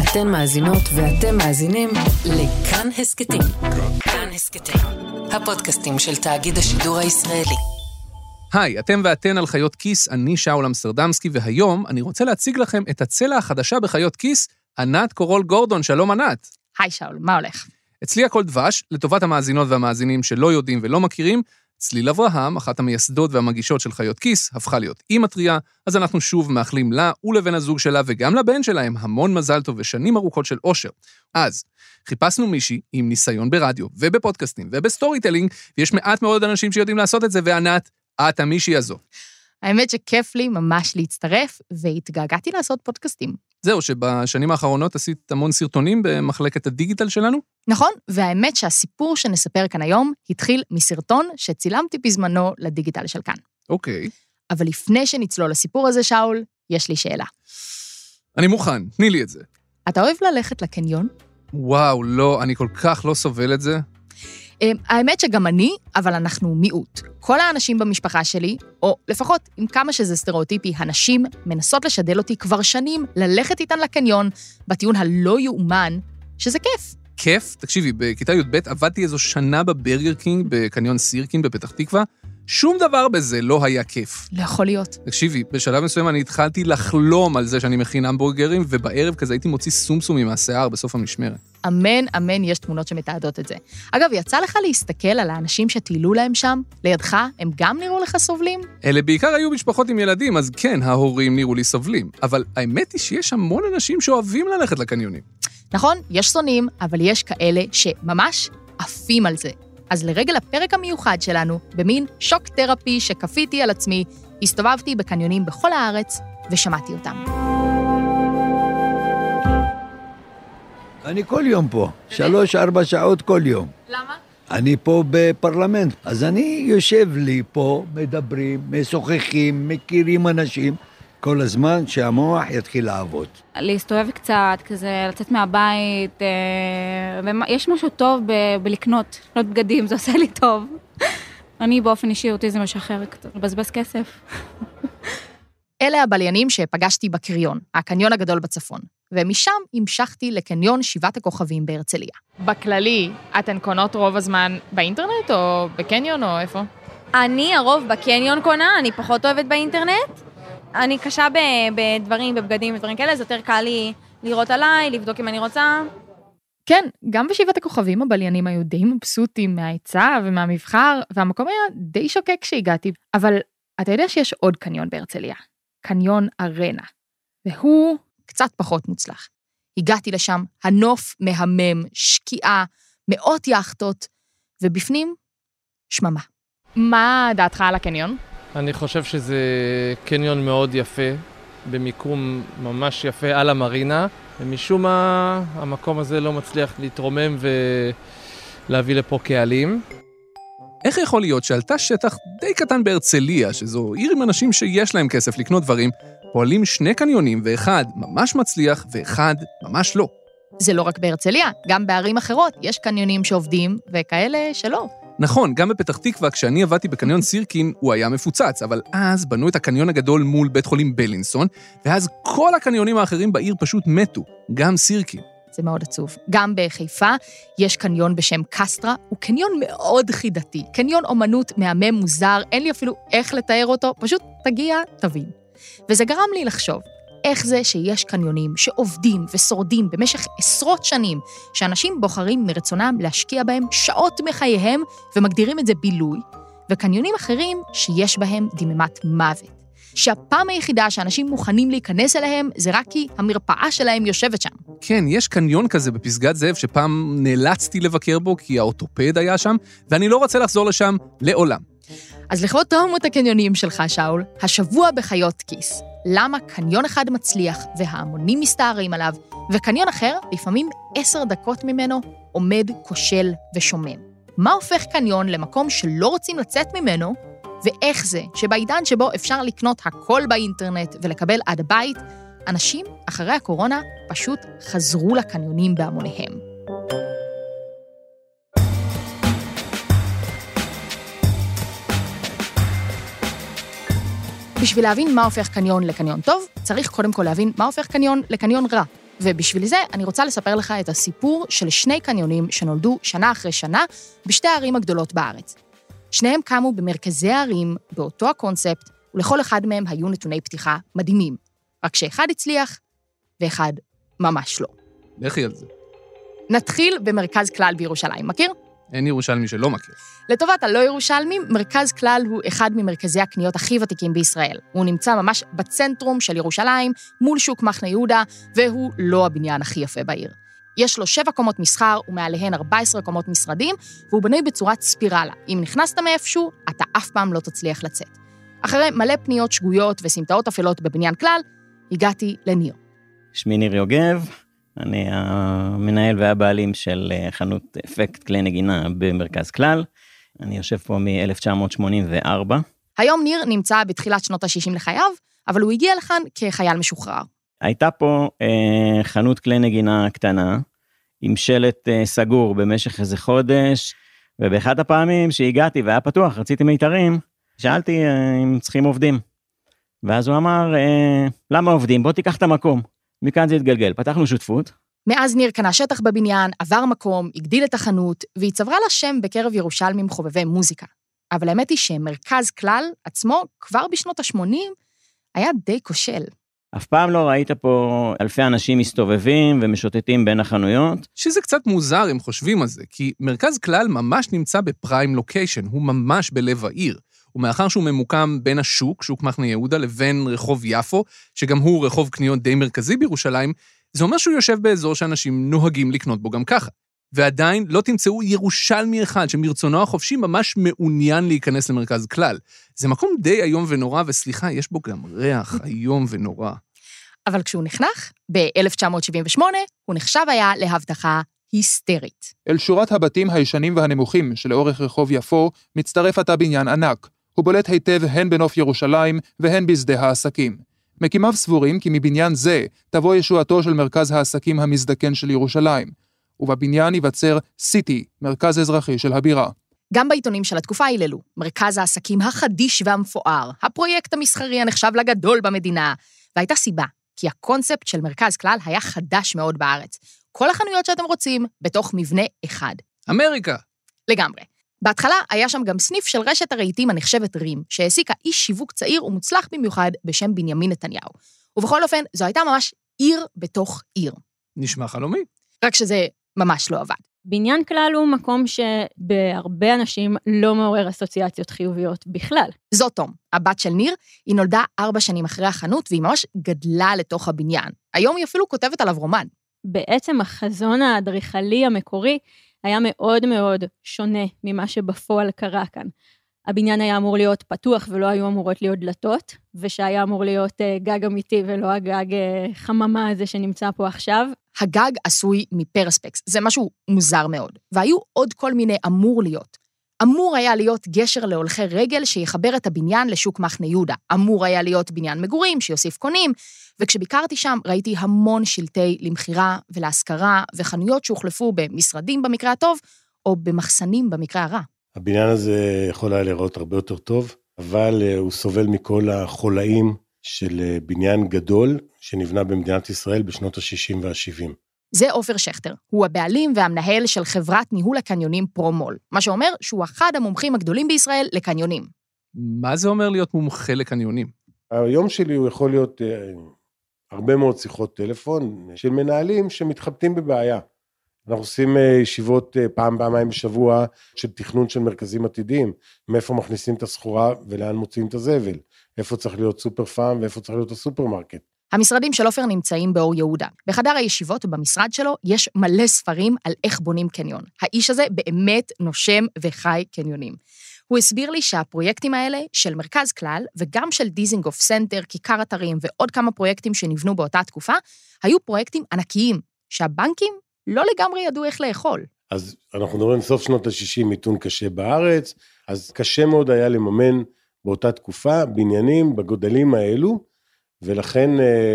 אתן מאזינות ואתם מאזינים לכאן הסקטים. כאן הסקטים, הפודקאסטים של תאגיד השידור הישראלי. היי, אתם ואתן על חיות כיס, אני שאול אמסטרדמסקי, והיום אני רוצה להציג לכם את הצלע החדשה בחיות כיס, ענת קורול גורדון. שלום ענת. היי שאול, מה הולך? אצלי הכל דבש, לטובת המאזינות והמאזינים שלא יודעים ולא מכירים, צליל אברהם, אחת המייסדות והמגישות של חיות כיס, הפכה להיות אימא טריה, אז אנחנו שוב מאחלים לה ולבן הזוג שלה וגם לבן שלהם המון מזל טוב ושנים ארוכות של אושר. אז חיפשנו מישהי עם ניסיון ברדיו ובפודקאסטים ובסטורי טלינג, ויש מעט מאוד אנשים שיודעים לעשות את זה, וענת, את המישהי הזו. האמת שכיף לי ממש להצטרף, והתגעגעתי לעשות פודקאסטים. זהו, שבשנים האחרונות עשית המון סרטונים במחלקת הדיגיטל שלנו? נכון, והאמת שהסיפור שנספר כאן היום התחיל מסרטון שצילמתי בזמנו לדיגיטל של כאן. אוקיי. אבל לפני שנצלול לסיפור הזה, שאול, יש לי שאלה. אני מוכן, תני לי את זה. אתה אוהב ללכת לקניון? וואו, לא, אני כל כך לא סובל את זה. האמת שגם אני, אבל אנחנו מיעוט. כל האנשים במשפחה שלי, או לפחות עם כמה שזה סטריאוטיפי, הנשים מנסות לשדל אותי כבר שנים ללכת איתן לקניון, בטיעון הלא יאומן, שזה כיף. כיף? תקשיבי, בכיתה י"ב עבדתי איזו שנה בברגר קינג, בקניון סירקין בפתח תקווה, שום דבר בזה לא היה כיף. לא יכול להיות. תקשיבי, בשלב מסוים אני התחלתי לחלום על זה שאני מכין המבורגרים, ובערב כזה הייתי מוציא סומסומים מהשיער בסוף המשמרת. אמן, אמן, יש תמונות שמתעדות את זה. אגב, יצא לך להסתכל על האנשים שטיילו להם שם, לידך, הם גם נראו לך סובלים? אלה בעיקר היו משפחות עם ילדים, אז כן, ההורים נראו לי סובלים. אבל האמת היא שיש המון אנשים שאוהבים ללכת לקניונים. נכון, יש שונאים, אבל יש כאלה שממש עפים על זה. אז לרגל הפרק המיוחד שלנו, במין שוק תרפי שכפיתי על עצמי, הסתובבתי בקניונים בכל הארץ ושמעתי אותם. אני כל יום פה, 3-4 שעות כל יום. למה? אני פה בפרלמנט, אז אני יושב לי פה, מדברים, משוחחים, מכירים אנשים, כל הזמן שהמוח יתחיל לעבוד. להסתובב קצת, כזה, לצאת מהבית, ויש משהו טוב בלקנות בגדים, זה עושה לי טוב. אני באופן אישי אותי זה משחרר קצת, לבזבז כסף. אלה הבליינים שפגשתי בקריון, הקניון הגדול בצפון, ומשם המשכתי לקניון 7 הכוכבים בהרצליה. בכללי, אתן קונות רוב הזמן באינטרנט או בקניון או איפה? אני הרוב בקניון קונה, אני פחות אוהבת באינטרנט. אני קשה בדברים, בבגדים ודברים כאלה, זה יותר קל לי לראות עליי, לבדוק אם אני רוצה. כן, גם ב7 הכוכבים הבליינים היו די מבסוטים מההיצע ומהמבחר, והמקום היה די שוקק כשהגעתי. אבל אתה יודע שיש עוד קניון בהרצליה, קניון ארנה, והוא קצת פחות מוצלח. הגעתי לשם, הנוף מהמם, שקיעה, מאות יאכטות, ובפנים, שממה. מה דעתך על הקניון? אני חושב שזה קניון מאוד יפה, במיקום ממש יפה על המרינה, ומשום מה המקום הזה לא מצליח להתרומם ולהביא לפה קהלים. איך יכול להיות שעלתה שטח די קטן בהרצליה, שזו עיר עם אנשים שיש להם כסף לקנות דברים, פועלים 2 קניונים, ואחד ממש מצליח ואחד ממש לא? זה לא רק בהרצליה, גם בערים אחרות יש קניונים שעובדים וכאלה שלא. נכון, גם בפתח תקווה, כשאני עבדתי בקניון סירקין, הוא היה מפוצץ, אבל אז בנו את הקניון הגדול מול בית חולים בלינסון, ואז כל הקניונים האחרים בעיר פשוט מתו, גם סירקין. זה מאוד עצוב. גם בחיפה יש קניון בשם קסטרה, הוא קניון מאוד חידתי, קניון אומנות מהמם מוזר, אין לי אפילו איך לתאר אותו, פשוט תגיע, תבין. וזה גרם לי לחשוב, איך זה שיש קניונים שעובדים ושורדים במשך עשרות שנים, שאנשים בוחרים מרצונם להשקיע בהם שעות מחייהם ומגדירים את זה בילוי, וקניונים אחרים שיש בהם דממת מוות. שהפעם היחידה שאנשים מוכנים להיכנס אליהם זה רק כי המרפאה שלהם יושבת שם. כן, יש קניון כזה בפסגת זאב שפעם נאלצתי לבקר בו כי האוטופד היה שם, ואני לא רוצה לחזור לשם לעולם. אז לכבוד תאומות הקניונים שלך, שאול, השבוע בחיות כיס. למה קניון אחד מצליח וההמונים מסתערים עליו, וקניון אחר, לפעמים 10 דקות ממנו, עומד כושל ושומם. מה הופך קניון למקום שלא רוצים לצאת ממנו, ואיך זה שבעידן שבו אפשר לקנות הכל באינטרנט ולקבל עד הבית, אנשים אחרי הקורונה פשוט חזרו לקניונים בהמוניהם. בשביל להבין מה הופך קניון לקניון טוב, צריך קודם כל להבין מה הופך קניון לקניון רע. ובשביל זה אני רוצה לספר לך את הסיפור של שני קניונים שנולדו שנה אחרי שנה בשתי הערים הגדולות בארץ. שניהם קמו במרכזי הערים, באותו הקונספט, ולכל אחד מהם היו נתוני פתיחה מדהימים. רק שאחד הצליח, ואחד ממש לא. לכי על זה. נתחיל במרכז כלל בירושלים, מכיר? אין ירושלמי שלא מכיר. לטובת הלא ירושלמים, מרכז כלל הוא אחד ממרכזי הקניות הכי ותיקים בישראל. הוא נמצא ממש בצנטרום של ירושלים, מול שוק מחנה יהודה, והוא לא הבניין הכי יפה בעיר. יש לו 7 קומות מסחר ומעליהן 14 קומות משרדים, והוא בנוי בצורת ספירלה. אם נכנסת מאיפשהו, אתה אף פעם לא תצליח לצאת. אחרי מלא פניות שגויות וסמטאות אפלות בבניין כלל, הגעתי לניר. שמי ניר יוגב, אני המנהל והבעלים של חנות אפקט כלי נגינה במרכז כלל. אני יושב פה מ-1984. היום ניר נמצא בתחילת שנות ה-60 לחייו, אבל הוא הגיע לכאן כחייל משוחרר. הייתה פה חנות כלי נגינה קטנה, עם שלט סגור במשך איזה חודש, ובאחד הפעמים שהגעתי והיה פתוח, רציתי מיתרים, שאלתי אם צריכים עובדים. ואז הוא אמר, למה עובדים? בוא תיקח את המקום. מכאן זה התגלגל, פתחנו שותפות. מאז ניר קנה שטח בבניין, עבר מקום, הגדיל את החנות, והיא צברה לה שם בקרב ירושלמים חובבי מוזיקה. אבל האמת היא שמרכז כלל עצמו, כבר בשנות ה-80, היה די כושל. אף פעם לא ראית פה אלפי אנשים מסתובבים ומשוטטים בין החנויות. שזה קצת מוזר אם חושבים על זה, כי מרכז כלל ממש נמצא בפריים לוקיישן, הוא ממש בלב העיר. ומאחר שהוא ממוקם בין השוק, שוק מחנה יהודה, לבין רחוב יפו, שגם הוא רחוב קניות די מרכזי בירושלים, זה אומר שהוא יושב באזור שאנשים נוהגים לקנות בו גם ככה. ועדיין לא תמצאו ירושלמי אחד שמרצונו החופשי ממש מעוניין להיכנס למרכז כלל. זה מקום די היום ונורא, וסליחה, יש בו גם ריח היום ונורא. אבל כשהוא נחנך, ב-1978, הוא נחשב היה להבטחה היסטרית. אל שורת הבתים הישנים והנמוכים שלאורך רחוב יפו, מצטרף עתה בניין ענק. הוא בולט היטב הן בנוף ירושלים והן בשדה העסקים. מקימיו סבורים כי מבניין זה תבוא ישועתו של מרכז העסקים המזדקן של ירושלים, ובבניין ייווצר סיטי, מרכז אזרחי של הבירה. גם בעיתונים של התקופה היללו, מרכז העסקים החדיש והמפואר, הפרויקט המסחרי הנחשב לגדול במדינה, והייתה סיבה, כי הקונספט של מרכז כלל היה חדש מאוד בארץ. כל החנויות שאתם רוצים, בתוך מבנה אחד. אמריקה. לגמרי. בהתחלה היה שם גם סניף של רשת הרהיטים הנחשבת רים, שהעסיקה איש שיווק צעיר ומוצלח במיוחד בשם בנימין נתניהו. ובכל אופן, זו הייתה ממש עיר בתוך עיר. נשמע חלומי. רק שזה ממש לא עבד. בניין כלל הוא מקום שבהרבה אנשים לא מעורר אסוציאציות חיוביות בכלל. זו תום, הבת של ניר, היא נולדה 4 שנים אחרי החנות, והיא ממש גדלה לתוך הבניין. היום היא אפילו כותבת עליו רומן. בעצם החזון האדריכלי המקורי היה מאוד מאוד שונה ממה שבפועל קרה כאן. הבניין היה אמור להיות פתוח ולא היו אמורות להיות דלתות, ושהיה אמור להיות גג אמיתי ולא הגג חממה הזה שנמצא פה עכשיו. הגג עשוי מפרספקס, זה משהו מוזר מאוד. והיו עוד כל מיני אמור להיות. אמור היה להיות גשר להולכי רגל שיחבר את הבניין לשוק מחנה יהודה. אמור היה להיות בניין מגורים שיוסיף קונים, וכשביקרתי שם ראיתי המון שלטי למחירה ולהשכרה, וחנויות שהוחלפו במשרדים במקרה הטוב, או במחסנים במקרה הרע. הבניין הזה יכול היה לראות הרבה יותר טוב, אבל הוא סובל מכל החולאים של בניין גדול שנבנה במדינת ישראל בשנות ה-60 וה-70. זה עופר שכטר, הוא הבעלים והמנהל של חברת ניהול הקניונים פרומול, מה שאומר שהוא אחד המומחים הגדולים בישראל לקניונים. מה זה אומר להיות מומחה לקניונים? היום שלי הוא יכול להיות הרבה מאוד שיחות טלפון של מנהלים שמתחבטים בבעיה. אנחנו עושים ישיבות פעמיים בשבוע של תכנון של מרכזים עתידיים, מאיפה מכניסים את הסחורה ולאן מוציאים את הזבל, איפה צריך להיות סופר פארם ואיפה צריך להיות הסופרמרקט. המשרדים של עופר נמצאים באור יהודה. בחדר הישיבות ובמשרד שלו יש מלא ספרים על איך בונים קניון. האיש הזה באמת נושם וחי קניונים. הוא הסביר לי שהפרויקטים האלה של מרכז כלל, וגם של דיזינגוף סנטר, כיכר אתרים ועוד כמה פרויקטים שנבנו באותה תקופה, היו פרויקטים ענקיים, שהבנקים לא לגמרי ידעו איך לאכול. אז אנחנו מדברים סוף שנות ה-60 מיתון קשה בארץ, אז קשה מאוד היה לממן באותה תקופה בניינים בגודלים האלו, ולכן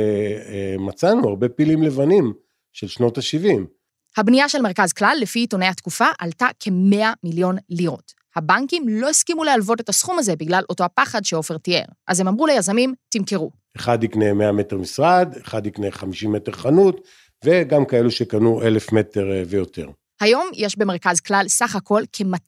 מצאנו הרבה פילים לבנים של שנות ה-70. הבנייה של מרכז כלל, לפי עיתוני התקופה, עלתה כ100 מיליון לירות. הבנקים לא הסכימו להלוות את הסכום הזה בגלל אותו הפחד שעופר תיאר. אז הם אמרו ליזמים, תמכרו. אחד יקנה 100 מטר משרד, אחד יקנה 50 מטר חנות, וגם כאלו שקנו 1,000 מטר ויותר. היום יש במרכז כלל סך הכל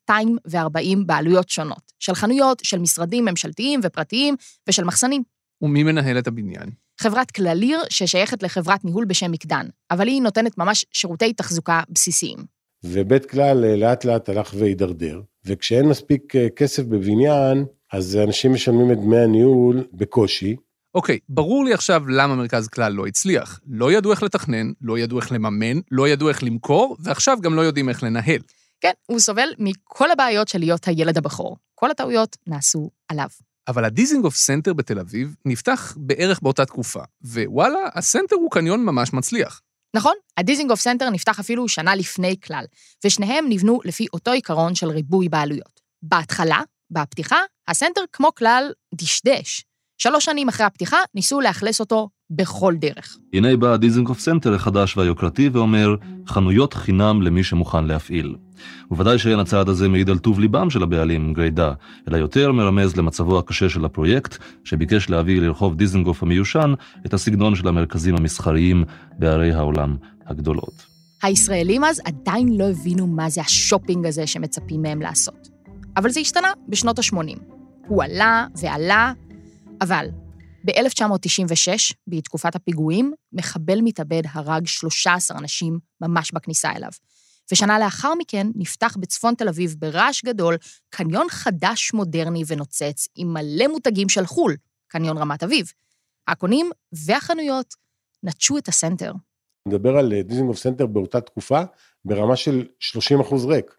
כ-240 בעלויות שונות, של חנויות, של משרדים ממשלתיים ופרטיים ושל מחסנים. ומי מנהל את הבניין? חברת כלליר ששייכת לחברת ניהול בשם מקדן, אבל היא נותנת ממש שירותי תחזוקה בסיסיים. ובית כלל לאט לאט הלך והידרדר, וכשאין מספיק כסף בבניין, אז אנשים משלמים את דמי הניהול בקושי. אוקיי, ברור לי עכשיו למה מרכז כלל לא הצליח. לא ידעו איך לתכנן, לא ידעו איך לממן, לא ידעו איך למכור, ועכשיו גם לא יודעים איך לנהל. כן, הוא סובל מכל הבעיות של להיות הילד הבכור. כל הטעויות נעשו עליו. אבל הדיזינגוף סנטר בתל אביב נפתח בערך באותה תקופה, ווואלה, הסנטר הוא קניון ממש מצליח. נכון, הדיזינגוף סנטר נפתח אפילו שנה לפני כלל, ושניהם נבנו לפי אותו עיקרון של ריבוי בעלויות. בהתחלה, בפתיחה, הסנטר כמו כלל דשדש. 3 שנים אחרי הפתיחה, ניסו לאכלס אותו בכל דרך. הנה בא הדיזינגוף סנטר החדש והיוקרתי ואומר, חנויות חינם למי שמוכן להפעיל. ובוודאי שאין הצעד הזה מעיד על טוב ליבם של הבעלים, גרידה, אלא יותר מרמז למצבו הקשה של הפרויקט, שביקש להביא לרחוב דיזינגוף המיושן את הסגנון של המרכזים המסחריים בערי העולם הגדולות. הישראלים אז עדיין לא הבינו מה זה השופינג הזה שמצפים מהם לעשות. אבל זה השתנה בשנות ה-80. הוא עלה ועלה, אבל ב-1996, בתקופת הפיגועים, מחבל מתאבד הרג 13 אנשים ממש בכניסה אליו. ושנה לאחר מכן נפתח בצפון תל אביב ברעש גדול, קניון חדש מודרני ונוצץ עם מלא מותגים של חול, קניון רמת אביב. הקונים והחנויות נטשו את הסנטר. נדבר על דיזינגוף סנטר באותה תקופה, ברמה של 30% ריק.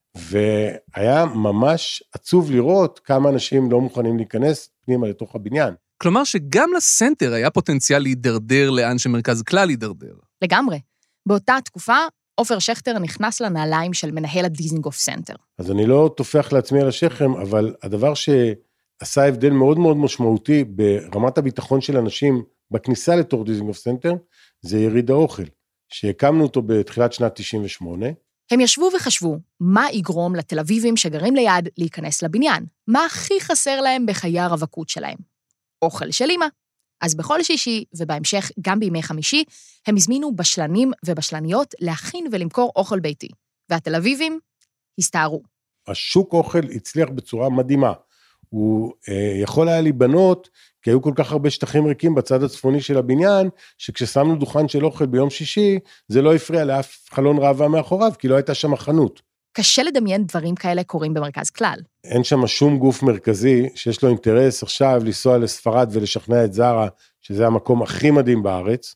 והיה ממש עצוב לראות כמה אנשים לא מוכנים להיכנס פנימה לתוך הבניין. כלומר שגם לסנטר היה פוטנציאל להידרדר לאן שמרכז כלל להידרדר. לגמרי. באותה תקופה, עופר שכטר נכנס לנעליים של מנהל הדיזינגוף סנטר. אז אני לא תופח לעצמי על השכם, אבל הדבר שעשה הבדל מאוד מאוד משמעותי ברמת הביטחון של אנשים בכניסה לתוך דיזינגוף סנטר, זה יריד האוכל, שהקמנו אותו בתחילת שנת 98. הם ישבו וחשבו מה יגרום לתל אביבים שגרים ליד להיכנס לבניין. מה הכי חסר להם בחיי הרווקות שלהם? אוכל של אמא. אז בכל שישי, ובהמשך גם בימי חמישי, הם הזמינו בשלנים ובשלניות להכין ולמכור אוכל ביתי. והתל אביבים הסתערו. השוק אוכל הצליח בצורה מדהימה. הוא יכול היה להיבנות, כי היו כל כך הרבה שטחים ריקים בצד הצפוני של הבניין, שכששמנו דוכן של אוכל ביום שישי, זה לא הפריע לאף חלון ראווה מאחוריו, כי לא הייתה שם חנות. קשה לדמיין דברים כאלה קורים במרכז כלל. אין שם שום גוף מרכזי שיש לו אינטרס עכשיו לנסוע לספרד ולשכנע את זרה, שזה המקום הכי מדהים בארץ,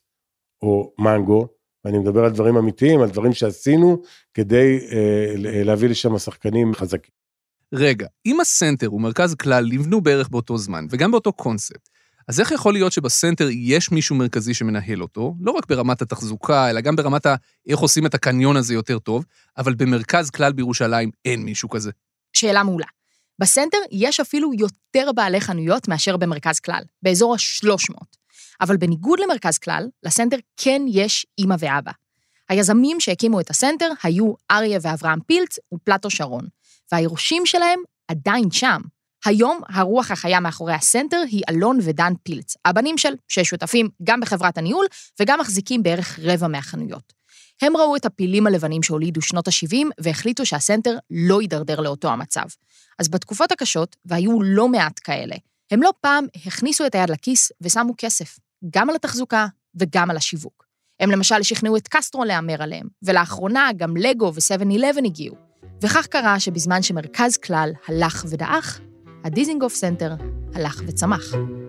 או מנגו, ואני מדבר על דברים אמיתיים, על דברים שעשינו, כדי להביא לשם השחקנים חזקים. רגע, אם הסנטר ומרכז כלל נבנו בערך באותו זמן, וגם באותו קונספט, אז איך יכול להיות שבסנטר יש מישהו מרכזי שמנהל אותו, לא רק ברמת התחזוקה, אלא גם ברמת איך עושים את הקניון הזה יותר טוב, אבל במרכז כלל בירושלים אין מישהו כזה? שאלה מעולה. בסנטר יש אפילו יותר בעלי חנויות מאשר במרכז כלל, באזור ה-300. אבל בניגוד למרכז כלל, לסנטר כן יש אמא ואבא. היזמים שהקימו את הסנטר היו אריה ואברהם פילץ ופלטו שרון, והירושים שלהם עדיין שם. היום הרוח החיה מאחורי הסנטר היא אלון ודן פילץ, הבנים ששותפים גם בחברת הניהול וגם מחזיקים בערך רבע מהחנויות. הם ראו את הפילים הלבנים שהולידו שנות ה-70 והחליטו שהסנטר לא יידרדר לאותו המצב. אז בתקופות הקשות, והיו לא מעט כאלה, הם לא פעם הכניסו את היד לכיס ושמו כסף, גם על התחזוקה וגם על השיווק. הם למשל שכנעו את קסטרו לאמר עליהם, ולאחרונה גם לגו ו7-11 הגיעו. וכך קרה שבזמן שמרכז כלל הלך ודעך, הדיזינגוף סנטר הלך וצמח.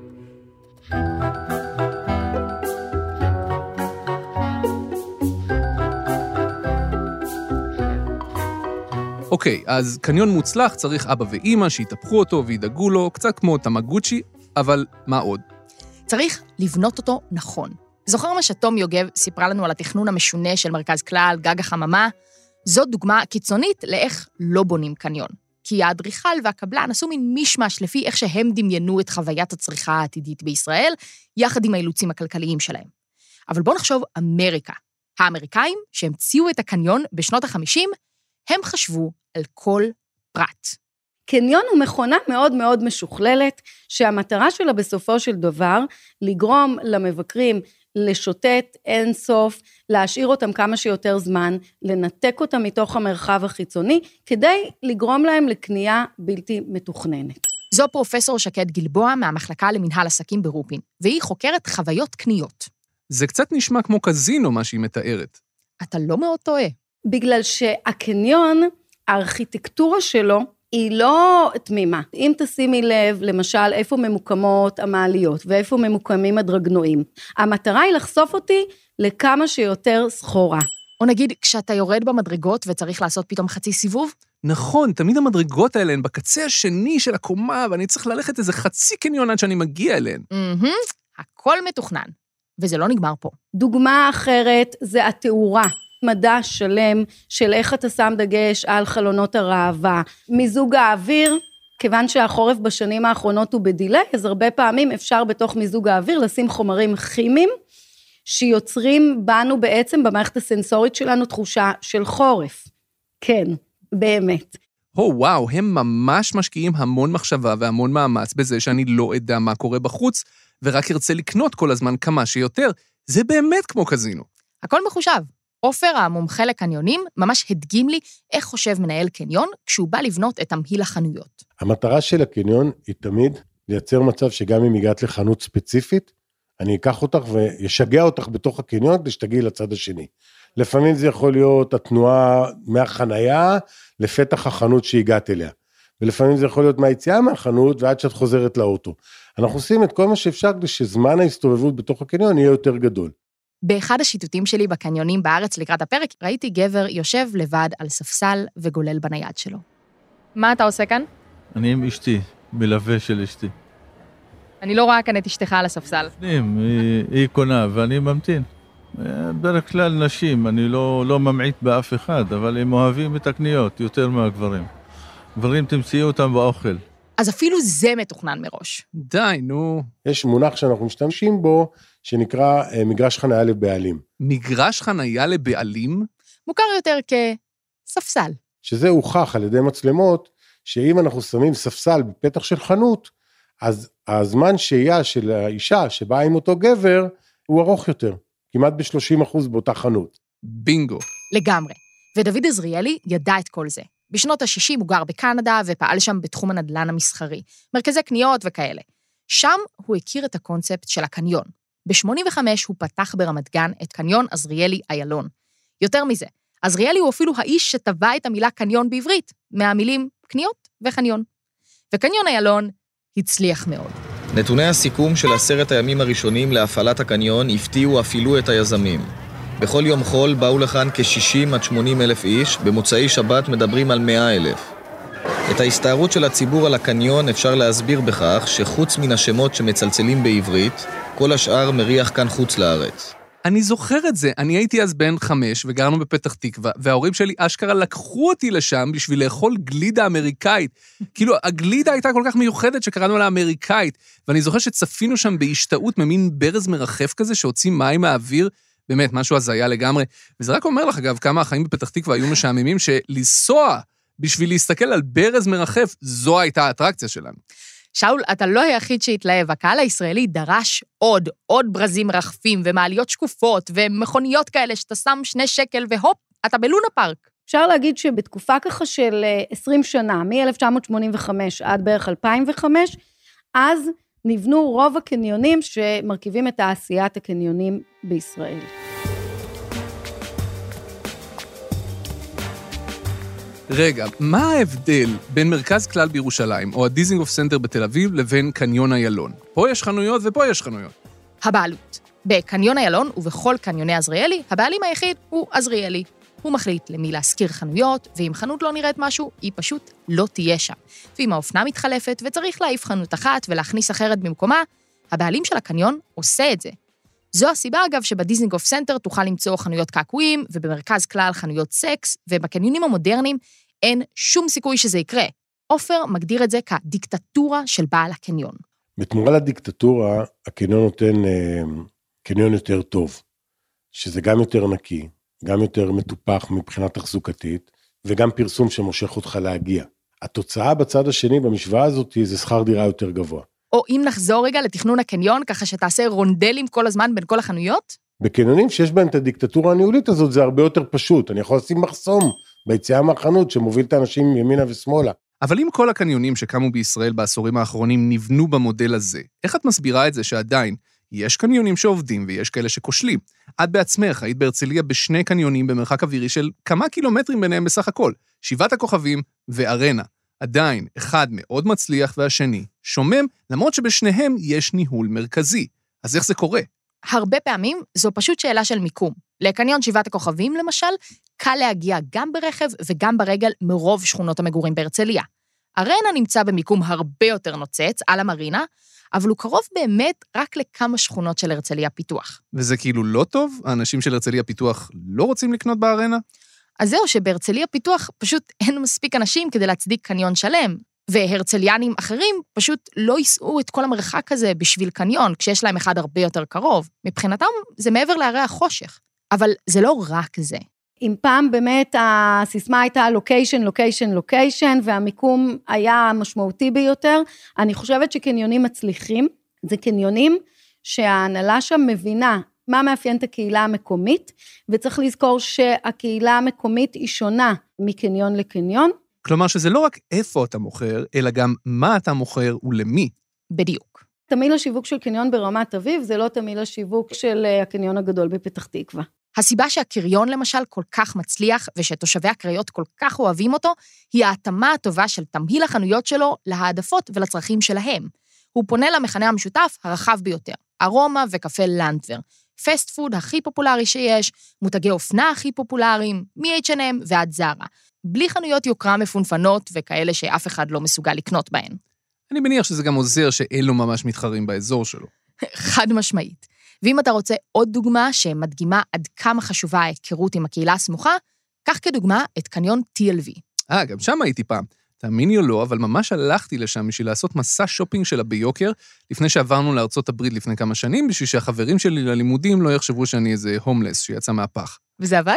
אוקיי, אז קניון מוצלח צריך אבא ואמא שיתפחו אותו וידאגו לו, קצת כמו תמגוצ'י, אבל מה עוד? צריך לבנות אותו נכון. זוכר מה שתום יוגב סיפרה לנו על התכנון המשונה של מרכז כלל, גג החממה? זאת דוגמה קיצונית לאיך לא בונים קניון. כי האדריכל והקבלן עשו מין מישמש לפי איך שהם דמיינו את חוויית הצריכה העתידית בישראל, יחד עם האילוצים הכלכליים שלהם. אבל בואו נחשוב אמריקה. האמריקאים שהמציאו את הקניון בשנות ה-50, הם חשבו על כל פרט. קניון הוא מכונה מאוד מאוד משוכללת, שהמטרה שלה בסופו של דבר לגרום למבקרים לשוטט אין סוף, להשאיר אותם כמה שיותר זמן, לנתק אותם מתוך המרחב החיצוני, כדי לגרום להם לקנייה בלתי מתוכננת. זו פרופסור שקד גלבוע מהמחלקה למנהל עסקים ברופין, והיא חוקרת חוויות קניות. זה קצת נשמע כמו קזינו, מה שהיא מתארת. אתה לא מאוד טועה. בגלל שהקניון, הארכיטקטורה שלו, היא לא תמימה. אם תשימי לב, למשל, איפה ממוקמות המעליות, ואיפה ממוקמים הדרגנועים. המטרה היא לחשוף אותי לכמה שיותר סחורה. או נגיד, כשאתה יורד במדרגות וצריך לעשות פתאום חצי סיבוב? נכון, תמיד המדרגות האלה הן בקצה השני של הקומה, ואני צריך ללכת איזה חצי קניון עד שאני מגיע אליהן. הכל מתוכנן, וזה לא נגמר פה. דוגמה אחרת זה התאורה. מדע שלם של איך אתה שם דגש על חלונות הראווה. מיזוג האוויר, כיוון שהחורף בשנים האחרונות הוא בדילי, אז הרבה פעמים אפשר בתוך מיזוג האוויר לשים חומרים כימיים, שיוצרים בנו בעצם במערכת הסנסורית שלנו תחושה של חורף. כן, באמת. וואו, הם ממש משקיעים המון מחשבה והמון מאמץ בזה שאני לא אדע מה קורה בחוץ, ורק ארצה לקנות כל הזמן כמה שיותר. זה באמת כמו קזינו. הכל מחושב. עופר, המומחה לקניונים, ממש הדגים לי איך חושב מנהל קניון כשהוא בא לבנות את תמהיל החנויות. המטרה של הקניון היא תמיד לייצר מצב שגם אם הגעת לחנות ספציפית, אני אקח אותך וישגע אותך בתוך הקניון כדי שתגיעי לצד השני. לפעמים זה יכול להיות התנועה מהחנייה לפתח החנות שהגעת אליה. ולפעמים זה יכול להיות מהיציאה מהחנות ועד שאת חוזרת לאוטו. אנחנו עושים את כל מה שאפשר כדי שזמן ההסתובבות בתוך הקניון יהיה יותר גדול. באחד השיטוטים שלי בקניונים בארץ לקראת הפרק, ראיתי גבר יושב לבד על ספסל וגולל בנייד שלו. מה אתה עושה כאן? אני עם אשתי, מלווה של אשתי. אני לא רואה כאן את אשתך על הספסל. היא קונה ואני ממתין. בדרך כלל נשים, אני לא ממעיט באף אחד, אבל הם אוהבים את הקניות יותר מהגברים. גברים תמצאו אותם באוכל. אז אפילו זה מתוכנן מראש. די, נו. יש מונח שאנחנו משתמשים בו, שנקרא מגרש חנייה לבעלים. מגרש חנייה לבעלים? מוכר יותר כספסל. שזה הוכח על ידי מצלמות, שאם אנחנו שמים ספסל בפתח של חנות, אז הזמן שהייה של האישה שבאה עם אותו גבר, הוא ארוך יותר, כמעט ב-30% באותה חנות. בינגו. לגמרי. ודוד עזריאלי ידע את כל זה. בשנות ה-60 הוא גר בקנדה ופעל שם בתחום הנדל"ן המסחרי, מרכזי קניות וכאלה. שם הוא הכיר את הקונספט של הקניון. ב-85 הוא פתח ברמת גן את קניון עזריאלי איילון. יותר מזה, עזריאלי הוא אפילו האיש שטבע את המילה קניון בעברית, מהמילים קניות וחניון. וקניון איילון הצליח מאוד. נתוני הסיכום של 10 הימים הראשונים להפעלת הקניון הפתיעו אפילו את היזמים. בכל יום חול באו לכאן כ-60 עד 80 אלף איש, במוצאי שבת מדברים על 100,000. את ההסתערות של הציבור על הקניון אפשר להסביר בכך שחוץ מן השמות שמצלצלים בעברית, כל השאר מריח כאן חוץ לארץ. אני זוכר את זה, אני הייתי אז בן 5 וגרנו בפתח תקווה, וההורים שלי אשכרה לקחו אותי לשם בשביל לאכול גלידה אמריקאית. כאילו, הגלידה הייתה כל כך מיוחדת שקראנו לה אמריקאית, ואני זוכר שצפינו שם בהשתאות ממין ברז מרחף כזה שהוציא מים מהאוויר, באמת, משהו הזיה לגמרי. וזה רק אומר לך, אגב, כמה החיים בפתח תקווה היו משעממים, שלנסוע בשביל להסתכל על ברז מרחף, זו הייתה האטרקציה שלנו. שאול, אתה לא היחיד שהתלהב, הקהל הישראלי דרש עוד ברזים מרחפים, ומעליות שקופות, ומכוניות כאלה שאתה שם 2 שקל, והופ, אתה בלונה פארק. אפשר להגיד שבתקופה ככה של 20 שנה, מ-1985 עד בערך 2005, אז נבנו רוב הקניונים שמרכיבים את תעשיית הקניונים בישראל. רגע, מה ההבדל בין מרכז כלל בירושלים, או הדיזינגוף סנטר בתל אביב, לבין קניון איילון? פה יש חנויות ופה יש חנויות. הבעלות. בקניון איילון ובכל קניוני עזריאלי, הבעלים היחיד הוא עזריאלי. הוא מחליט למי להשכיר חנויות, ואם חנות לא נראית משהו, היא פשוט לא תהיה שם. ואם האופנה מתחלפת וצריך להעיף חנות אחת ולהכניס אחרת במקומה, הבעלים של הקניון עושה את זה. זו הסיבה, אגב, שבדיזינגוף סנטר תוכל למצוא חנויות קעקועים, ובמרכז כלל חנויות סקס, ובקניונים המודרניים אין שום סיכוי שזה יקרה. עופר מגדיר את זה כדיקטטורה של בעל הקניון. בתמורה לדיקטטורה, הקניון נותן קניון יותר טוב, שזה גם יותר נקי, גם יותר מטופח מבחינת תחזוקתית, וגם פרסום שמושך אותך להגיע. התוצאה בצד השני במשוואה הזאת זה שכר דירה יותר גבוה. או אם נחזור רגע לתכנון הקניון, ככה שתעשה רונדלים כל הזמן בין כל החנויות? בקניונים שיש בהם את הדיקטטורה הניהולית הזאת, זה הרבה יותר פשוט. אני יכול לשים מחסום ביציאה מהחנות שמוביל את האנשים ימינה ושמאלה. אבל אם כל הקניונים שקמו בישראל בעשורים האחרונים נבנו במודל הזה, איך את מסבירה את זה שעדיין יש קניונים שעובדים ויש כאלה שכושלים? את בעצמך היית בהרצליה בשני קניונים במרחק אווירי של כמה קילומטרים ביניהם בסך הכל, 7 הכוכבים וארנה. עדיין, אחד מאוד מצליח והשני שומם, למרות שבשניהם יש ניהול מרכזי. אז איך זה קורה? הרבה פעמים זו פשוט שאלה של מיקום. לקניון 7 הכוכבים, למשל, קל להגיע גם ברכב וגם ברגל מרוב שכונות המגורים בהרצליה. ארנה נמצא במיקום הרבה יותר נוצץ, על המרינה, אבל הוא קרוב באמת רק לכמה שכונות של הרצליה פיתוח. וזה כאילו לא טוב? האנשים של הרצליה פיתוח לא רוצים לקנות בארנה? אז זהו שבהרצליה פיתוח פשוט אין מספיק אנשים כדי להצדיק קניון שלם, והרצליאנים אחרים פשוט לא ייסעו את כל המרחק הזה בשביל קניון, כשיש להם אחד הרבה יותר קרוב. מבחינתם זה מעבר להרי החושך. אבל זה לא רק זה. אם פעם באמת הסיסמה הייתה לוקיישן, לוקיישן, לוקיישן, והמיקום היה משמעותי ביותר, אני חושבת שקניונים מצליחים, זה קניונים שההנהלה שם מבינה מה מאפיין את הקהילה המקומית, וצריך לזכור שהקהילה המקומית היא שונה מקניון לקניון. כלומר שזה לא רק איפה אתה מוכר, אלא גם מה אתה מוכר ולמי. בדיוק. תמיד השיווק של קניון ברמת אביב, זה לא תמיד השיווק של הקניון הגדול בפתח תקווה. הסיבה שהקריון למשל כל כך מצליח, ושתושבי הקריות כל כך אוהבים אותו, היא ההתאמה הטובה של תמהיל החנויות שלו להעדפות ולצרכים שלהם. הוא פונה למכנה המשותף הרחב ביותר, ארומה וקפה לנדבר, פסט פוד הכי פופולרי שיש, מותגי אופנה הכי פופולריים, מ-H&M ועד זרה, בלי חנויות יוקרה מפונפנות וכאלה שאף אחד לא מסוגל לקנות בהן. אני מניח שזה גם עוזר שאלו ממש מתחרים באזור שלו. חד משמעית. ואם אתה רוצה עוד דוגמה שמדגימה עד כמה חשובה ההיכרות עם הקהילה הסמוכה, קח כדוגמה את קניון TLV. גם שם הייתי פעם. תאמיני או לא, אבל ממש הלכתי לשם בשביל לעשות מסע שופינג שלה ביוקר, לפני שעברנו לארצות הברית לפני כמה שנים, בשביל שהחברים שלי ללימודים לא יחשבו שאני איזה הומלס שיצא מהפח. וזה עבד?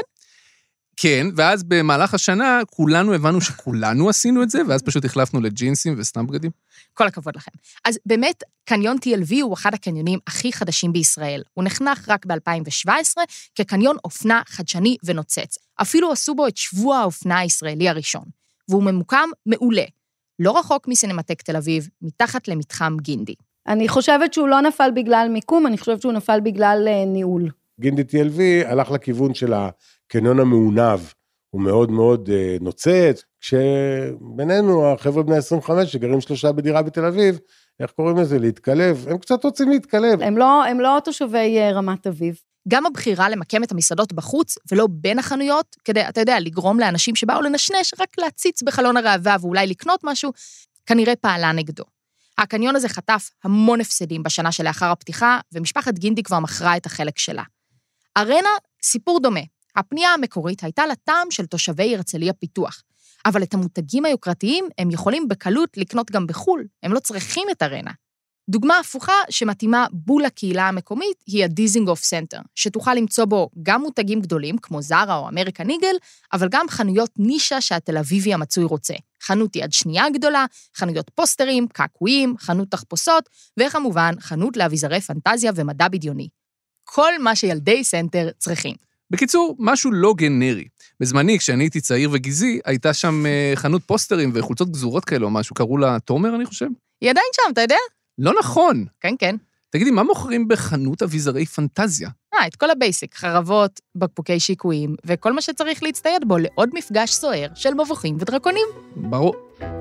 כן, ואז במהלך השנה כולנו הבנו שכולנו עשינו את זה, ואז פשוט החלפנו לג'ינסים וסתם בגדים. כל הכבוד לכם. אז באמת, קניון TLV הוא אחד הקניונים הכי חדשים בישראל. הוא נחנך רק ב-2017 כקניון אופנה חדשני ונוצץ. אפילו עשו בו את שבוע האופנה הישראלי הראשון. והוא ממוקם מעולה. לא רחוק מסינמטק תל אביב, מתחת למתחם גינדי. אני חושבת שהוא לא נפל בגלל מיקום, אני חושבת שהוא נפל בגלל ניהול. גינדי TLV הלך לכיוון של הקניון המעונב, הוא מאוד מאוד נוצץ, כשבינינו החבר'ה בני 25 שגרים 3 בדירה בתל אביב, איך קוראים לזה? להתקלב, הם קצת רוצים להתקלב. הם לא תושבי רמת אביב. גם הבחירה למקם את המסעדות בחוץ, ולא בין החנויות, כדי, אתה יודע, לגרום לאנשים שבאו לנשנש, רק להציץ בחלון הראווה ואולי לקנות משהו, כנראה פעלה נגדו. הקניון הזה חטף המון הפסדים בשנה שלאחר הפתיחה, ומשפחת גינדי כבר מכרה את החלק שלה. ארנה, סיפור דומה. הפנייה המקורית הייתה לטעם של תושבי הרצליה פיתוח, אבל את המותגים היוקרתיים הם יכולים בקלות לקנות גם בחול, הם לא צריכים את ארנה. דוגמה הפוכה שמתאימה בול לקהילה המקומית היא הדיזינגוף סנטר, שתוכל למצוא בו גם מותגים גדולים כמו זרה או אמריקן איגל, אבל גם חנויות נישה שהתל אביבי המצוי רוצה. חנות יד שנייה גדולה, חנויות פוסטרים, קעקועים, חנות תחפושות, וכמובן חנות לאביזרי פנטזיה ומדע בדיוני. כל מה שילדי סנטר צריכים. בקיצור, משהו לא גנרי. בזמני, כשאני הייתי צעיר וגזעי, הייתה שם חנות פוסטרים וחולצות גזורות כאלה או משהו, קראו לה תומר, אני חושב. היא עדיין שם, אתה יודע? לא נכון. כן, כן. תגידי, מה מוכרים בחנות אביזרי פנטזיה? את כל הבייסיק, חרבות, בקבוקי שיקויים, וכל מה שצריך להצטייד בו לעוד מפגש סוער של מבוכים ודרקונים. ברור.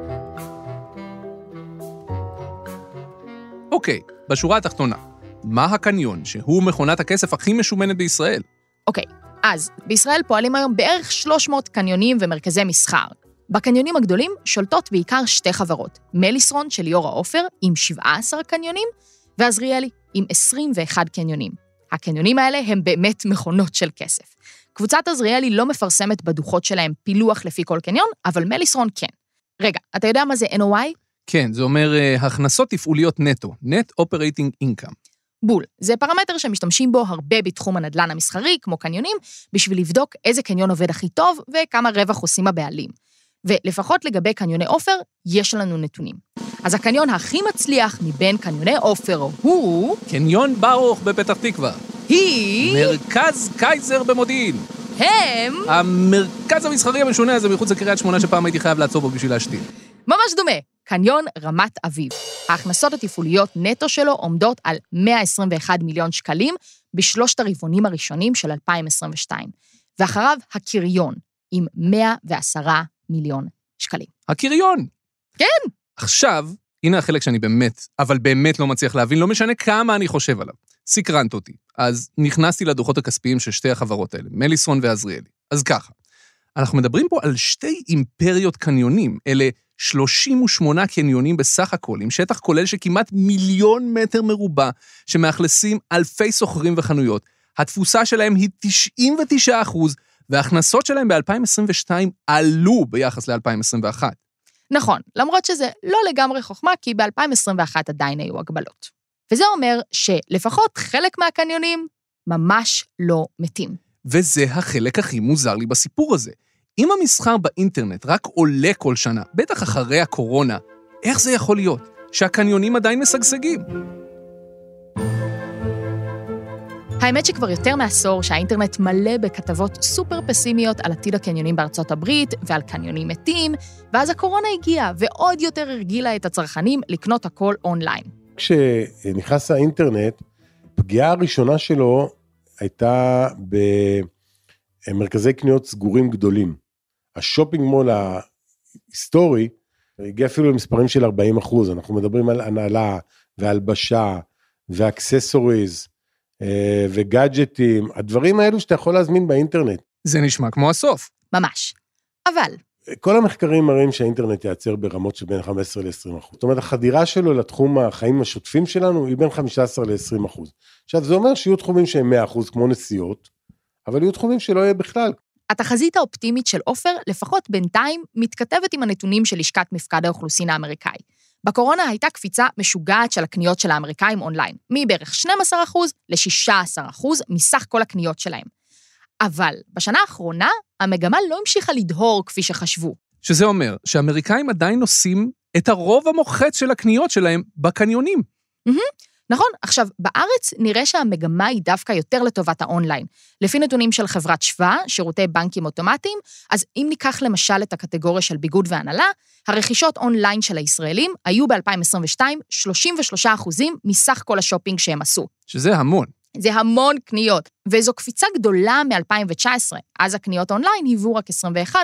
אוקיי, בשורה התחתונה, מה הקניון שהוא מכונת הכסף הכי משומנת בישראל? אוקיי, אז בישראל פועלים היום בערך 300 קניונים ומרכזי מסחר. בקניונים הגדולים שולטות בעיקר 2 חברות, מליסרון של ליאור העופר עם 17 קניונים, ועזריאלי עם 21 קניונים. הקניונים האלה הם באמת מכונות של כסף. קבוצת עזריאלי לא מפרסמת בדוחות שלהם פילוח לפי כל קניון, אבל מליסרון כן. רגע, אתה יודע מה זה NOI? כן, זה אומר הכנסות תפעוליות נטו, Net Operating Income. בול, זה פרמטר שמשתמשים בו הרבה בתחום הנדל"ן המסחרי, כמו קניונים, בשביל לבדוק איזה קניון עובד הכי טוב וכמה רווח עושים הבעלים. ולפחות לגבי קניוני עופר, יש לנו נתונים. אז הקניון הכי מצליח מבין קניוני עופר הוא... קניון ברוך בפתח תקווה. היא... מרכז קייזר במודיעין. הם... המרכז המסחרי המשונה הזה מחוץ לקריית שמונה שפעם הייתי חייב לעצור בו בשביל להשתין. ממש דומה. קניון רמת אביב. ההכנסות התפעוליות נטו שלו עומדות על 121 מיליון שקלים בשלושת הרבעונים הראשונים של 2022. ואחריו הקריון עם 110 מיליון שקלים. הקריון! כן! עכשיו, הנה החלק שאני באמת, אבל באמת לא מצליח להבין, לא משנה כמה אני חושב עליו. סקרנת אותי. אז נכנסתי לדוחות הכספיים של שתי החברות האלה, מליסון ועזריאלי. אז ככה, אנחנו מדברים פה על שתי אימפריות קניונים, אלה 38 קניונים בסך הכל, עם שטח כולל שכמעט 1,000,000 מטר מרובע, שמאכלסים אלפי סוחרים וחנויות. התפוסה שלהם היא 99%, וההכנסות שלהם ב-2022 עלו ביחס ל-2021. נכון, למרות שזה לא לגמרי חוכמה, כי ב-2021 עדיין היו הגבלות. וזה אומר שלפחות חלק מהקניונים ממש לא מתים. וזה החלק הכי מוזר לי בסיפור הזה. אם המסחר באינטרנט רק עולה כל שנה, בטח אחרי הקורונה, איך זה יכול להיות שהקניונים עדיין משגשגים? האמת שכבר יותר מעשור שהאינטרנט מלא בכתבות סופר פסימיות על עתיד הקניונים בארצות הברית ועל קניונים מתים, ואז הקורונה הגיעה ועוד יותר הרגילה את הצרכנים לקנות הכל אונליין. כשנכנס האינטרנט, פגיעה הראשונה שלו הייתה במרכזי קניות סגורים גדולים. השופינג מול ההיסטורי הגיע אפילו למספרים של 40%. אנחנו מדברים על הנעלה והלבשה ואקססוריז וגאדג'טים, הדברים האלו שאתה יכול להזמין באינטרנט. זה נשמע כמו הסוף. ממש. אבל... כל המחקרים מראים שהאינטרנט ייצר ברמות של בין 15% ל-20%. זאת אומרת, החדירה שלו לתחום החיים השוטפים שלנו היא בין 15% ל-20%. עכשיו, זה אומר שיהיו תחומים שהם 100%, כמו נסיעות, אבל יהיו תחומים שלא יהיה בכלל. התחזית האופטימית של עופר, לפחות בינתיים, מתכתבת עם הנתונים של לשכת מפקד האוכלוסין האמריקאי. בקורונה הייתה קפיצה משוגעת של הקניות של האמריקאים אונליין, מבערך 12% ל-16% מסך כל הקניות שלהם. אבל בשנה האחרונה, המגמה לא המשיכה לדהור כפי שחשבו. שזה אומר שהאמריקאים עדיין עושים את הרוב המוחץ של הקניות שלהם בקניונים. נכון, עכשיו, בארץ נראה שהמגמה היא דווקא יותר לטובת האונליין. לפי נתונים של חברת שווה, שירותי בנקים אוטומטיים, אז אם ניקח למשל את הקטגוריה של ביגוד והנהלה, הרכישות אונליין של הישראלים היו ב-2022 33% מסך כל השופינג שהם עשו. שזה המון. זה המון קניות, וזו קפיצה גדולה מ-2019, אז הקניות אונליין היוו רק 21%.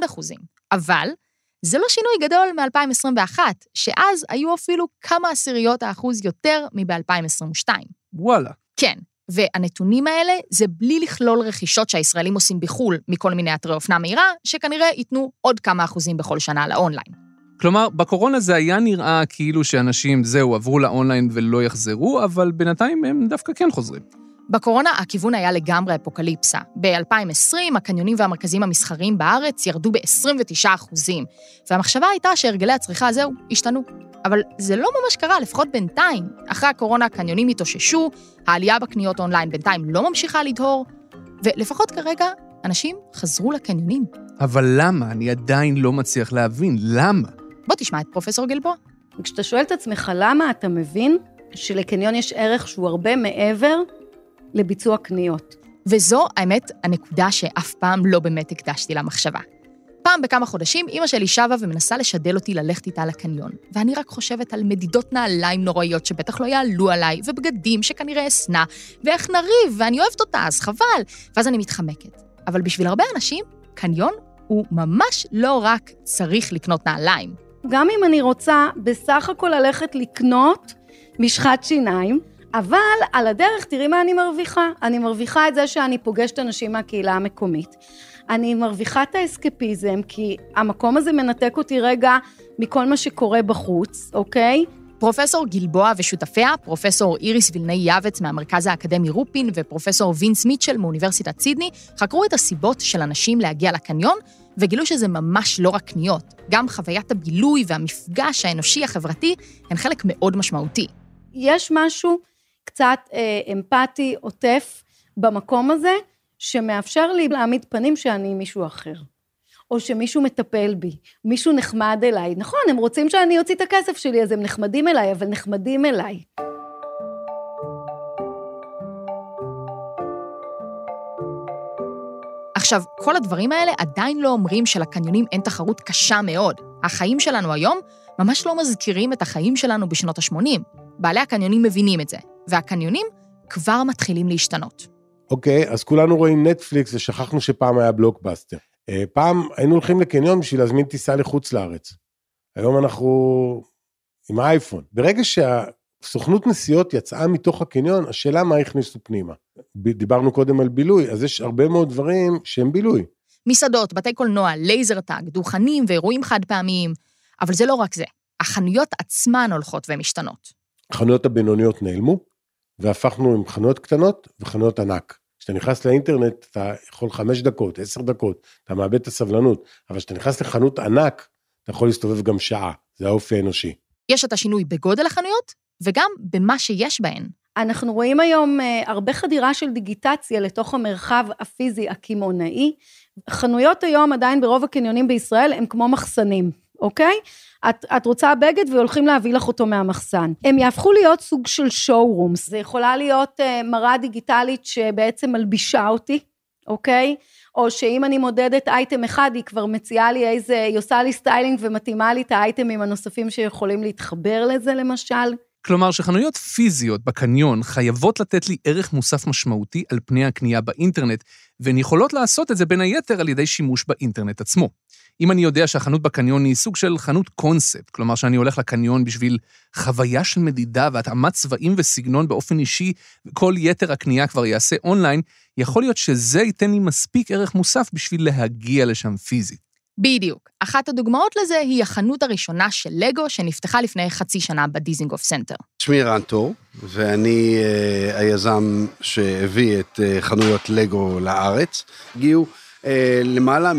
אבל זה לא שינוי גדול מ-2021, שאז היו אפילו כמה עשיריות האחוז יותר מב-2022. וואלה. כן, והנתונים האלה זה בלי לכלול רכישות שהישראלים עושים בחול מכל מיני אתרי אופנה מהירה, שכנראה ייתנו עוד כמה אחוזים בכל שנה לאונליין. כלומר, בקורונה זה היה נראה כאילו שאנשים זהו עברו לאונליין ולא יחזרו, אבל בינתיים הם דווקא כן חוזרים. בקורונה הכיוון היה לגמרי אפוקליפסה. ב-2020 הקניונים והמרכזים המסחריים בארץ ירדו ב-29%, והמחשבה הייתה שהרגלי הצריכה זהו השתנו. אבל זה לא ממש קרה, לפחות בינתיים. אחרי הקורונה הקניונים התאוששו, העלייה בקניות אונליין בינתיים לא ממשיכה לדהור, ולפחות כרגע אנשים חזרו לקניונים. אבל למה? אני עדיין לא מצליח להבין. למה? בוא תשמע את פרופסור גלבוע. כשאתה שואל את עצמך למה, אתה מבין שלקניון יש ערך שהוא הרבה מעבר לביצוע קניות. וזו, האמת, הנקודה שאף פעם לא באמת הקדשתי לה מחשבה. פעם בכמה חודשים, אמא שלי שבה ומנסה לשדל אותי ללכת איתה לקניון, ואני רק חושבת על מדידות נעליים נוראיות שבטח לא יעלו עליי, ובגדים שכנראה אסנה, ואיך נריב, ואני אוהבת אותה, אז חבל, ואז אני מתחמקת. אבל בשביל הרבה אנשים, קניון הוא ממש לא רק צריך לקנות נעליים. גם אם אני רוצה בסך הכל ללכת לקנות משחת שיניים, אבל על הדרך תראי מה אני מרוויחה. אני מרוויחה את זה שאני פוגשת אנשים מהקהילה המקומית. אני מרוויחה את האסקפיזם, כי המקום הזה מנתק אותי רגע מכל מה שקורה בחוץ, אוקיי? פרופסור גלבוע ושותפיה, פרופסור איריס וילני יבץ מהמרכז האקדמי רופין ופרופסור וינס מיטשל מאוניברסיטת סידני, חקרו את הסיבות של אנשים להגיע לקניון, וגילו שזה ממש לא רק קניות. גם חוויית הבילוי והמפגש האנושי החברתי הן חלק מאוד משמעותי. יש משהו קצת אמפתי, עוטף במקום הזה, שמאפשר לי להעמיד פנים שאני מישהו אחר. או שמישהו מטפל בי, מישהו נחמד אליי. נכון, הם רוצים שאני אוציא את הכסף שלי, אז הם נחמדים אליי, אבל נחמדים אליי. עכשיו, כל הדברים האלה עדיין לא אומרים שלקניונים אין תחרות קשה מאוד. החיים שלנו היום ממש לא מזכירים את החיים שלנו בשנות ה-80. בעלי הקניונים מבינים את זה, והקניונים כבר מתחילים להשתנות. אוקיי, אז כולנו רואים נטפליקס ושכחנו שפעם היה בלוקבאסטר. פעם היינו הולכים לקניון בשביל להזמין טיסה לחוץ לארץ. היום אנחנו עם האייפון. ברגע שהסוכנות נסיעות יצאה מתוך הקניון, השאלה מה הכניסו פנימה. דיברנו קודם על בילוי, אז יש הרבה מאוד דברים שהם בילוי. מסעדות, בתי קולנוע, לייזר טאג, דוכנים ואירועים חד פעמיים, אבל זה לא רק זה. החנויות עצמן הולכות ומשתנות. החנויות הבינוניות נעלמו, והפכנו עם חנויות קטנות וחנויות ענק. כשאתה נכנס לאינטרנט, אתה יכול 5 דקות, 10 דקות, אתה מאבד את הסבלנות, אבל כשאתה נכנס לחנות ענק, אתה יכול להסתובב גם שעה, זה האופי האנושי. יש את השינוי בגודל החנויות, וגם במה שיש בהן. אנחנו רואים היום הרבה חדירה של דיגיטציה לתוך המרחב הפיזי הקמעונאי. חנויות היום עדיין ברוב הקניונים בישראל הם כמו מחסנים, אוקיי? את רוצה בגד והולכים להביא לך אותו מהמחסן. הם יהפכו להיות סוג של שואורומס. זה יכולה להיות מראה דיגיטלית שבעצם מלבישה אותי, אוקיי? או שאם אני מודדת אייטם אחד, היא כבר מציעה לי היא עושה לי סטיילינג ומתאימה לי את האייטמים הנוספים שיכולים להתחבר לזה למשל. כלומר שחנויות פיזיות בקניון חייבות לתת לי ערך מוסף משמעותי על פני הקנייה באינטרנט, והן יכולות לעשות את זה בין היתר על ידי שימוש באינטרנט עצמו. אם אני יודע שהחנות בקניון היא סוג של חנות קונספט, כלומר שאני הולך לקניון בשביל חוויה של מדידה והתאמת צבעים וסגנון באופן אישי, וכל יתר הקנייה כבר יעשה אונליין, יכול להיות שזה ייתן לי מספיק ערך מוסף בשביל להגיע לשם פיזית. בדיוק. אחת הדוגמאות לזה היא החנות הראשונה של לגו, שנפתחה לפני חצי שנה בדיזינגוף סנטר. שמי רן טור, ואני היזם שהביא את חנויות לגו לארץ. הגיעו למעלה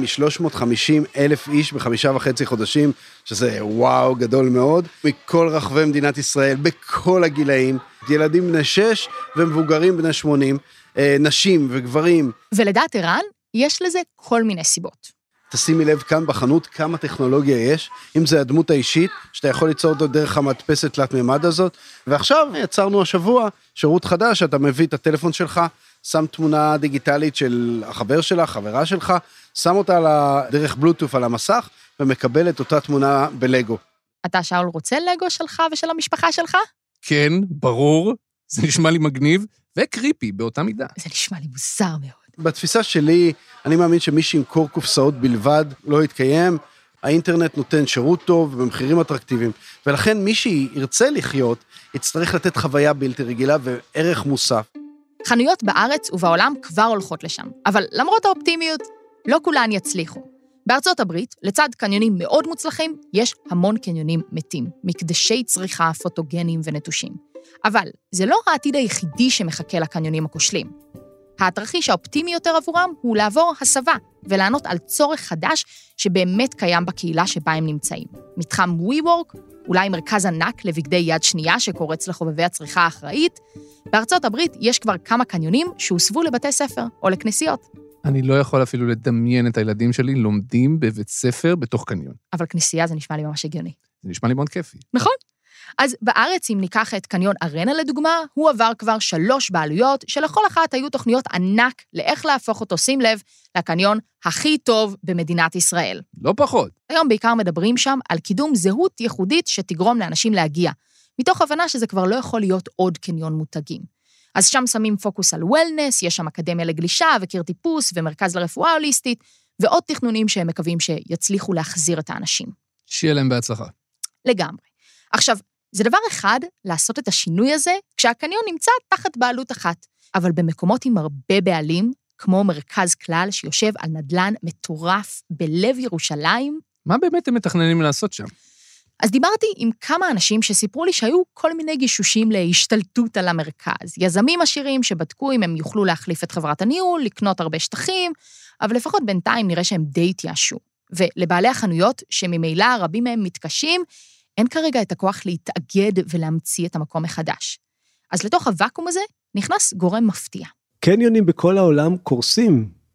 מ-350,000 איש ב5.5 חודשים, שזה וואו גדול מאוד, מכל רחבי מדינת ישראל, בכל הגילאים, ילדים בני 6 ומבוגרים בני 80, נשים וגברים. ולדעת ערן, יש לזה כל מיני סיבות. תשימי לב כאן בחנות כמה טכנולוגיה יש, אם זה הדמות האישית, שאתה יכול ליצור אותו דרך המדפסת תלת מימד הזאת, ועכשיו יצרנו השבוע שירות חדש, אתה מביא את הטלפון שלך, שם תמונה דיגיטלית של החבר שלך, חברה שלך, שם אותה דרך בלוטוף על המסך, ומקבל את אותה תמונה בלגו. אתה, שאול, רוצה לגו שלך ושל המשפחה שלך? כן, ברור, זה נשמע לי מגניב, וקריפי באותה מידה. זה נשמע לי מוזר מאוד. בתפיסה שלי, אני מאמין שמי שימכור קופסאות בלבד לא יתקיים, האינטרנט נותן שירות טוב במחירים אטרקטיביים, ולכן מי שירצה לחיות, יצטרך לתת חוויה בלתי רגילה וערך מוסף. חנויות בארץ ובעולם כבר הולכות לשם, אבל למרות האופטימיות, לא כולן יצליחו. בארצות הברית, לצד קניונים מאוד מוצלחים, יש המון קניונים מתים, מקדשי צריכה פוטוגנים ונטושים. אבל זה לא העתיד היחידי שמחכה לקניונים הכושלים. התרחיש האופטימי יותר עבורם הוא לעבור הסבה ולענות על צורך חדש שבאמת קיים בקהילה שבה הם נמצאים. מתחם WeWork, אולי מרכז ענק לבגדי יד שנייה שקורץ לחובבי הצריכה האחראית. בארצות הברית יש כבר כמה קניונים שהוסבו לבתי ספר או לכנסיות. אני לא יכול אפילו לדמיין את הילדים שלי לומדים בבית ספר בתוך קניון. אבל כנסייה זה נשמע לי ממש הגיוני. זה נשמע לי מאוד כיפי. נכון. אז בארץ, אם ניקח את קניון ארנה לדוגמה, הוא עבר כבר 3 בעלויות, שלכל אחת היו תוכניות ענק לאיך להפוך אותו, שים לב, לקניון הכי טוב במדינת ישראל. לא פחות. היום בעיקר מדברים שם על קידום זהות ייחודית שתגרום לאנשים להגיע, מתוך הבנה שזה כבר לא יכול להיות עוד קניון מותגים. אז שם שמים פוקוס על וולנס, יש שם אקדמיה לגלישה וקיר טיפוס ומרכז לרפואה הוליסטית, ועוד תכנונים שהם מקווים שיצליחו להחזיר את האנשים. שיהיה להם בהצלחה. לגמרי. עכשיו, זה דבר אחד לעשות את השינוי הזה, כשהקניון נמצא תחת בעלות אחת, אבל במקומות עם הרבה בעלים, כמו מרכז כלל שיושב על נדלן מטורף בלב ירושלים. מה באמת הם מתכננים לעשות שם? אז דיברתי עם כמה אנשים שסיפרו לי שהיו כל מיני גישושים להשתלטות על המרכז. יזמים עשירים שבדקו אם הם יוכלו להחליף את חברת הניהול, לקנות הרבה שטחים, אבל לפחות בינתיים נראה שהם די התייאשו. ולבעלי החנויות, שממילא רבים מהם מתקשים, אין כרגע את הכוח להתאגד ולהמציא את המקום מחדש. אז לתוך הוואקום הזה נכנס גורם מפתיע. קניונים בכל העולם קורסים,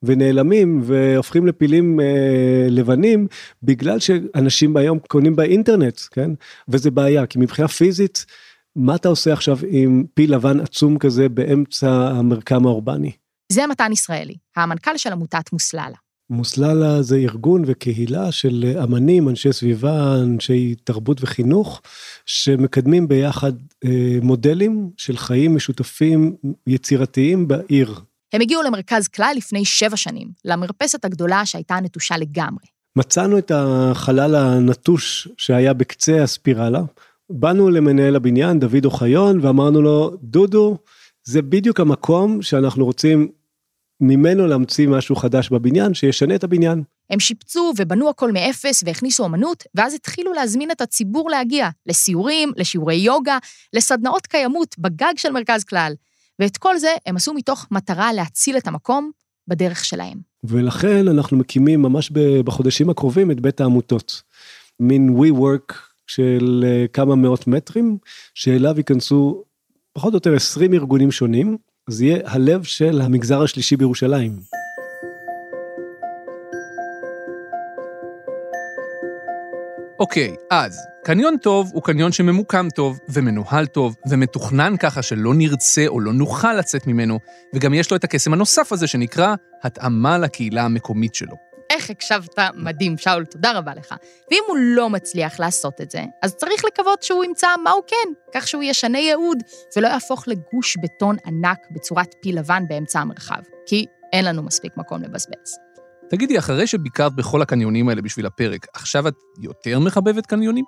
ונעלמים והופכים לפילים לבנים, בגלל שאנשים היום קונים באינטרנט, כן? וזה בעיה, כי מבחינה פיזית, מה אתה עושה עכשיו עם פיל לבן עצום כזה באמצע המרקם האורבני? זה מתן ישראלי, המנכ"ל של עמותת מוסללה. מוסללה זה ארגון וקהילה של אמנים, אנשי סביבה, אנשי תרבות וחינוך, שמקדמים ביחד מודלים של חיים משותפים יצירתיים בעיר. הם הגיעו למרכז כלל לפני 7 שנים, למרפסת הגדולה שהייתה נטושה לגמרי. מצאנו את החלל הנטוש שהיה בקצה הספירלה, באנו למנהל הבניין, דוד אוחיון, ואמרנו לו, דודו, זה בדיוק המקום שאנחנו רוצים ממנו להמציא משהו חדש בבניין, שישנה את הבניין. הם שיפצו ובנו הכל מאפס והכניסו אמנות, ואז התחילו להזמין את הציבור להגיע לסיורים, לשיעורי יוגה, לסדנאות קיימות בגג של מרכז כלל. ואת כל זה הם עשו מתוך מטרה להציל את המקום בדרך שלהם. ולכן אנחנו מקימים ממש בחודשים הקרובים את בית העמותות. מין WeWork של כמה מאות מטרים, שאליו ייכנסו פחות או יותר 20 ארגונים שונים, זה יהיה הלב של המגזר השלישי בירושלים. אוקיי, אז קניון טוב הוא קניון שממוקם טוב ומנוהל טוב ומתוכנן ככה שלא נרצה או לא נוכל לצאת ממנו, וגם יש לו את הקסם הנוסף הזה שנקרא התאמה לקהילה המקומית שלו. איך הקשבת מדהים, שאול, תודה רבה לך. ואם הוא לא מצליח לעשות את זה, אז צריך לקוות שהוא ימצא מה הוא כן, כך שהוא ישנה ייעוד, ולא יהפוך לגוש בטון ענק בצורת פיל לבן באמצע המרחב, כי אין לנו מספיק מקום לבזבז. תגידי, אחרי שביקרת בכל הקניונים האלה בשביל הפרק, עכשיו את יותר מחבבת קניונים?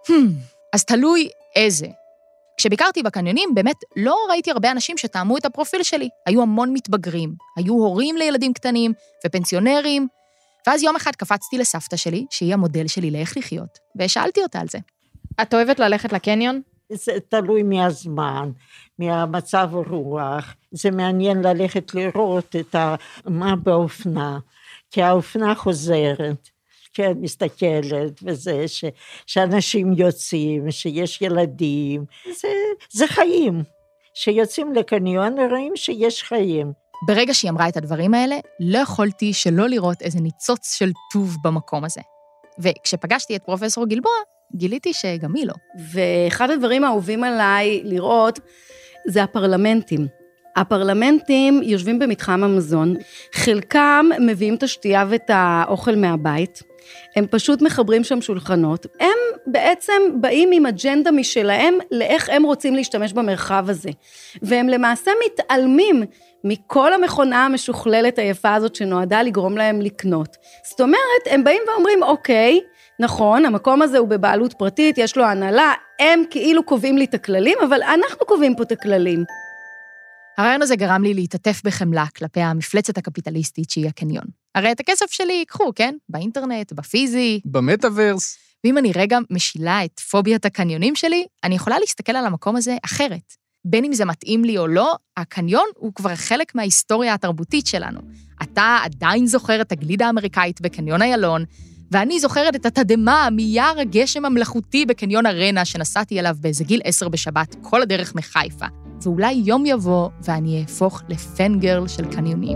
אז תלוי איזה. כשביקרתי בקניונים, באמת לא ראיתי הרבה אנשים שטעמו את הפרופיל שלי. היו המון מתבגרים, היו הורים לילדים קטנים ופנסיונרים, ואז יום אחד קפצתי לסבתא שלי, שהיא המודל שלי לאיך לחיות, ושאלתי אותה על זה. את אוהבת ללכת לקניון? זה תלוי מהזמן, מהמצב הרוח. זה מעניין ללכת לראות את מה באופנה, כי האופנה חוזרת, כן, מסתכלת, וזה שאנשים יוצאים, שיש ילדים, זה חיים. שיוצאים לקניון רואים שיש חיים. ברגע שהיא אמרה את הדברים האלה, לא יכולתי שלא לראות איזה ניצוץ של טוב במקום הזה. וכשפגשתי את פרופסור גלבוע, גיליתי שגם היא לא. ואחד הדברים האהובים עליי לראות, זה הפרלמנטים. הפרלמנטים יושבים במתחם המזון, חלקם מביאים את השתייה ואת האוכל מהבית, הם פשוט מחברים שם שולחנות, הם בעצם באים עם אג'נדה משלהם לאיך הם רוצים להשתמש במרחב הזה, והם למעשה מתעלמים מכל המכונה המשוכללת היפה הזאת שנועדה לגרום להם לקנות. זאת אומרת, הם באים ואומרים, אוקיי, נכון, המקום הזה הוא בבעלות פרטית, יש לו הנהלה, הם כאילו קובעים לי את הכללים, אבל אנחנו קובעים פה את הכללים. הרעיון הזה גרם לי להתעטף בחמלה כלפי המפלצת הקפיטליסטית שהיא הקניון. הרי את הכסף שלי ייקחו, כן? באינטרנט, בפיזי. במטאברס. ואם אני רגע משילה את פוביית הקניונים שלי, אני יכולה להסתכל על המקום הזה אחרת. בין אם זה מתאים לי או לא, הקניון הוא כבר חלק מההיסטוריה התרבותית שלנו. אתה עדיין זוכר את הגלידה האמריקאית בקניון איילון, ואני זוכרת את התדמה מיער הגשם המלאכותי בקניון ארנה שנסעתי אליו באיזה גיל 10 בשבת, כל הדרך מחיפה. ואולי יום יבוא ואני אהפוך לפנגרל של קניונים.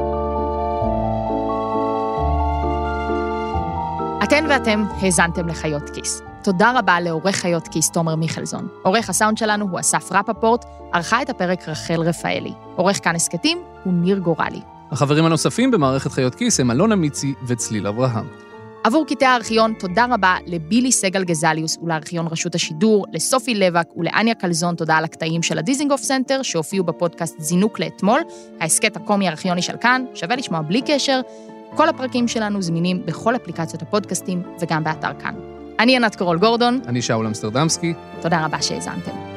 אתן ואתם האזנתם לחיות כיס. תודה רבה לעורך חיות כיס תומר מיכלזון. עורך הסאונד שלנו הוא אסף רפפורט, ערכה את הפרק רחל רפאלי. עורך כאן הסקטים הוא ניר גורלי. החברים הנוספים במערכת חיות כיס הם אלונה מיצי וצליל אברהם. עבור קטעי הארכיון, תודה רבה לבילי סגל גזליוס ולארכיון רשות השידור, לסופי לבק ולאניה קלזון, תודה על הקטעים של הדיזינגוף סנטר, שהופיעו בפודקאסט זינוק לאתמול, ההסקט הקומי הארכיוני של כאן, שווה לשמוע בלי קשר, כל הפרקים שלנו זמינים בכל אפליקציות הפודקאסטים וגם באתר כאן. אני ענת קרול גורדון. אני שאול אמסטרדמסקי. תודה רבה שהאזנתם.